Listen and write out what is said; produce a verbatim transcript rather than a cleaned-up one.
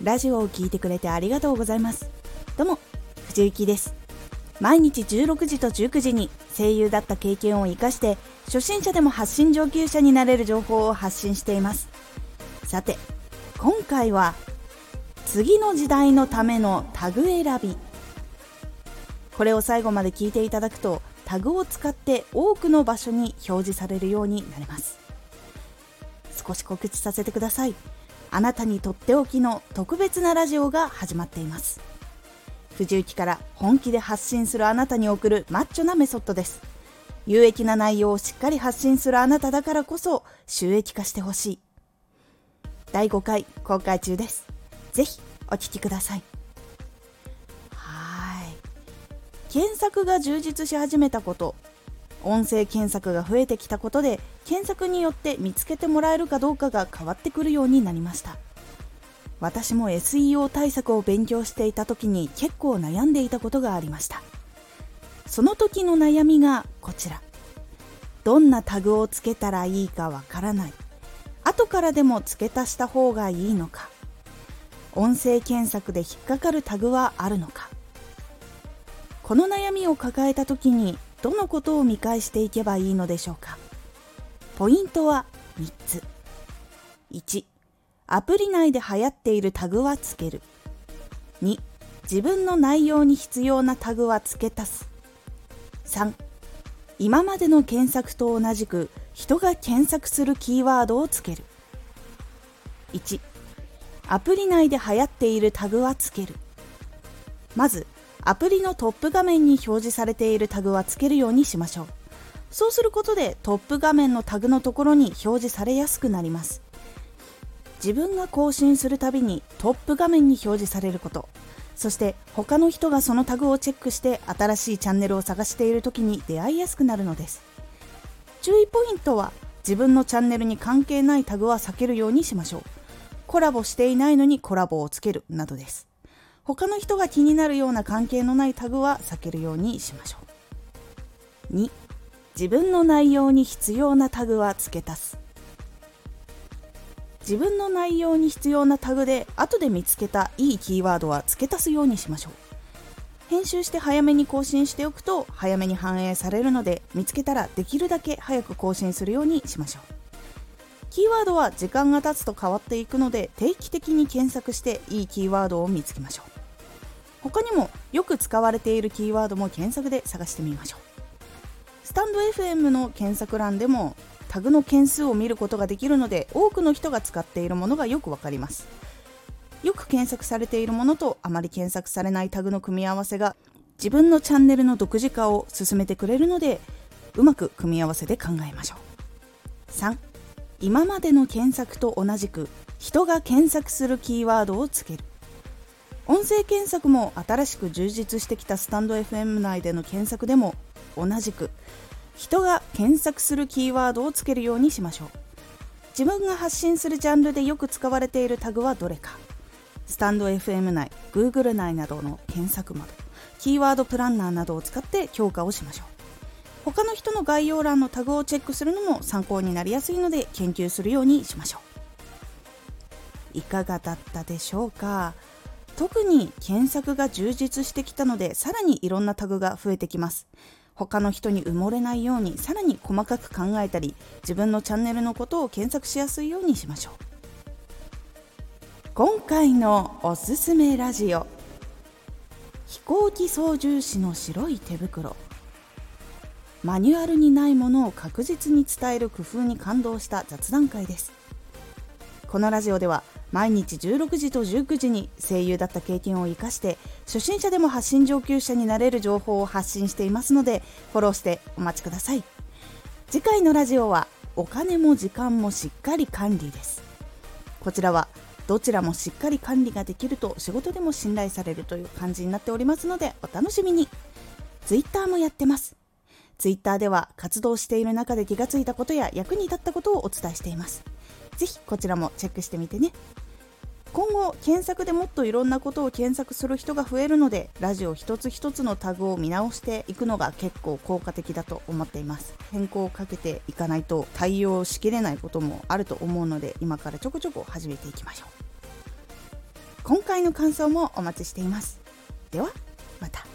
ラジオを聞いてくれてありがとうございます。どうも藤幸です。毎日じゅうろくじとじゅうくじに声優だった経験を生かして初心者でも発信上級者になれる情報を発信しています。さて今回は次の時代のためのタグ選び、これを最後まで聞いていただくとタグを使って多くの場所に表示されるようになります。少し告知させてください。あなたにとっておきの特別なラジオが始まっています。藤幸から本気で発信するあなたに送るマッチョなメソッドです。有益な内容をしっかり発信するあなただからこそ収益化してほしい。だいごかい公開中です。ぜひお聞きください。はい。検索が充実し始めたこと、音声検索が増えてきたことで検索によって見つけてもらえるかどうかが変わってくるようになりました。私も エスイーオー 対策を勉強していた時に結構悩んでいたことがありました。その時の悩みがこちら。どんなタグをつけたらいいかわからない。後からでも付け足した方がいいのか。音声検索で引っかかるタグはあるのか。この悩みを抱えた時にどのことを見返していけばいいのでしょうか。ポイントはみっつ。いち、アプリ内で流行っているタグはつける。に、自分の内容に必要なタグは付け足す。さん、今までの検索と同じく人が検索するキーワードをつける。いち、アプリ内で流行っているタグはつける。まずアプリのトップ画面に表示されているタグはつけるようにしましょう。そうすることでトップ画面のタグのところに表示されやすくなります。自分が更新するたびにトップ画面に表示されること、そして他の人がそのタグをチェックして新しいチャンネルを探しているときに出会いやすくなるのです。注意ポイントは自分のチャンネルに関係ないタグは避けるようにしましょう。コラボしていないのにコラボをつけるなどです。他の人が気になるような関係のないタグは避けるようにしましょう。に、自分の内容に必要なタグは付け足す。自分の内容に必要なタグで後で見つけたいいキーワードは付け足すようにしましょう。編集して早めに更新しておくと早めに反映されるので、見つけたらできるだけ早く更新するようにしましょう。キーワードは時間が経つと変わっていくので、定期的に検索していいキーワードを見つけましょう。他にもよく使われているキーワードも検索で探してみましょう。スタンド エフエム の検索欄でもタグの件数を見ることができるので、多くの人が使っているものがよくわかります。よく検索されているものとあまり検索されないタグの組み合わせが自分のチャンネルの独自化を進めてくれるので、うまく組み合わせて考えましょう。さん、今までの検索と同じく人が検索するキーワードをつける。音声検索も新しく充実してきたスタンド エフエム 内での検索でも同じく人が検索するキーワードをつけるようにしましょう。自分が発信するジャンルでよく使われているタグはどれか、スタンド エフエム 内、Google 内などの検索窓、キーワードプランナーなどを使って強化をしましょう。他の人の概要欄のタグをチェックするのも参考になりやすいので研究するようにしましょう。いかがだったでしょうか。特に検索が充実してきたので、さらにいろんなタグが増えてきます。他の人に埋もれないようにさらに細かく考えたり、自分のチャンネルのことを検索しやすいようにしましょう。今回のおすすめラジオ、飛行機操縦士の白い手袋。マニュアルにないものを確実に伝える工夫に感動した雑談会です。このラジオでは毎日じゅうろくじとじゅうくじに声優だった経験を生かして初心者でも発信上級者になれる情報を発信していますので、フォローしてお待ちください。次回のラジオはお金も時間もしっかり管理です。こちらはどちらもしっかり管理ができると仕事でも信頼されるという感じになっておりますので、お楽しみに。ツイッターもやってます。ツイッターでは活動している中で気がついたことや役に立ったことをお伝えしています。ぜひこちらもチェックしてみてね。今後検索でもっといろんなことを検索する人が増えるので、ラジオ一つ一つのタグを見直していくのが結構効果的だと思っています。変更をかけていかないと対応しきれないこともあると思うので、今からちょこちょこ始めていきましょう。 今回の感想もお待ちしています。ではまた。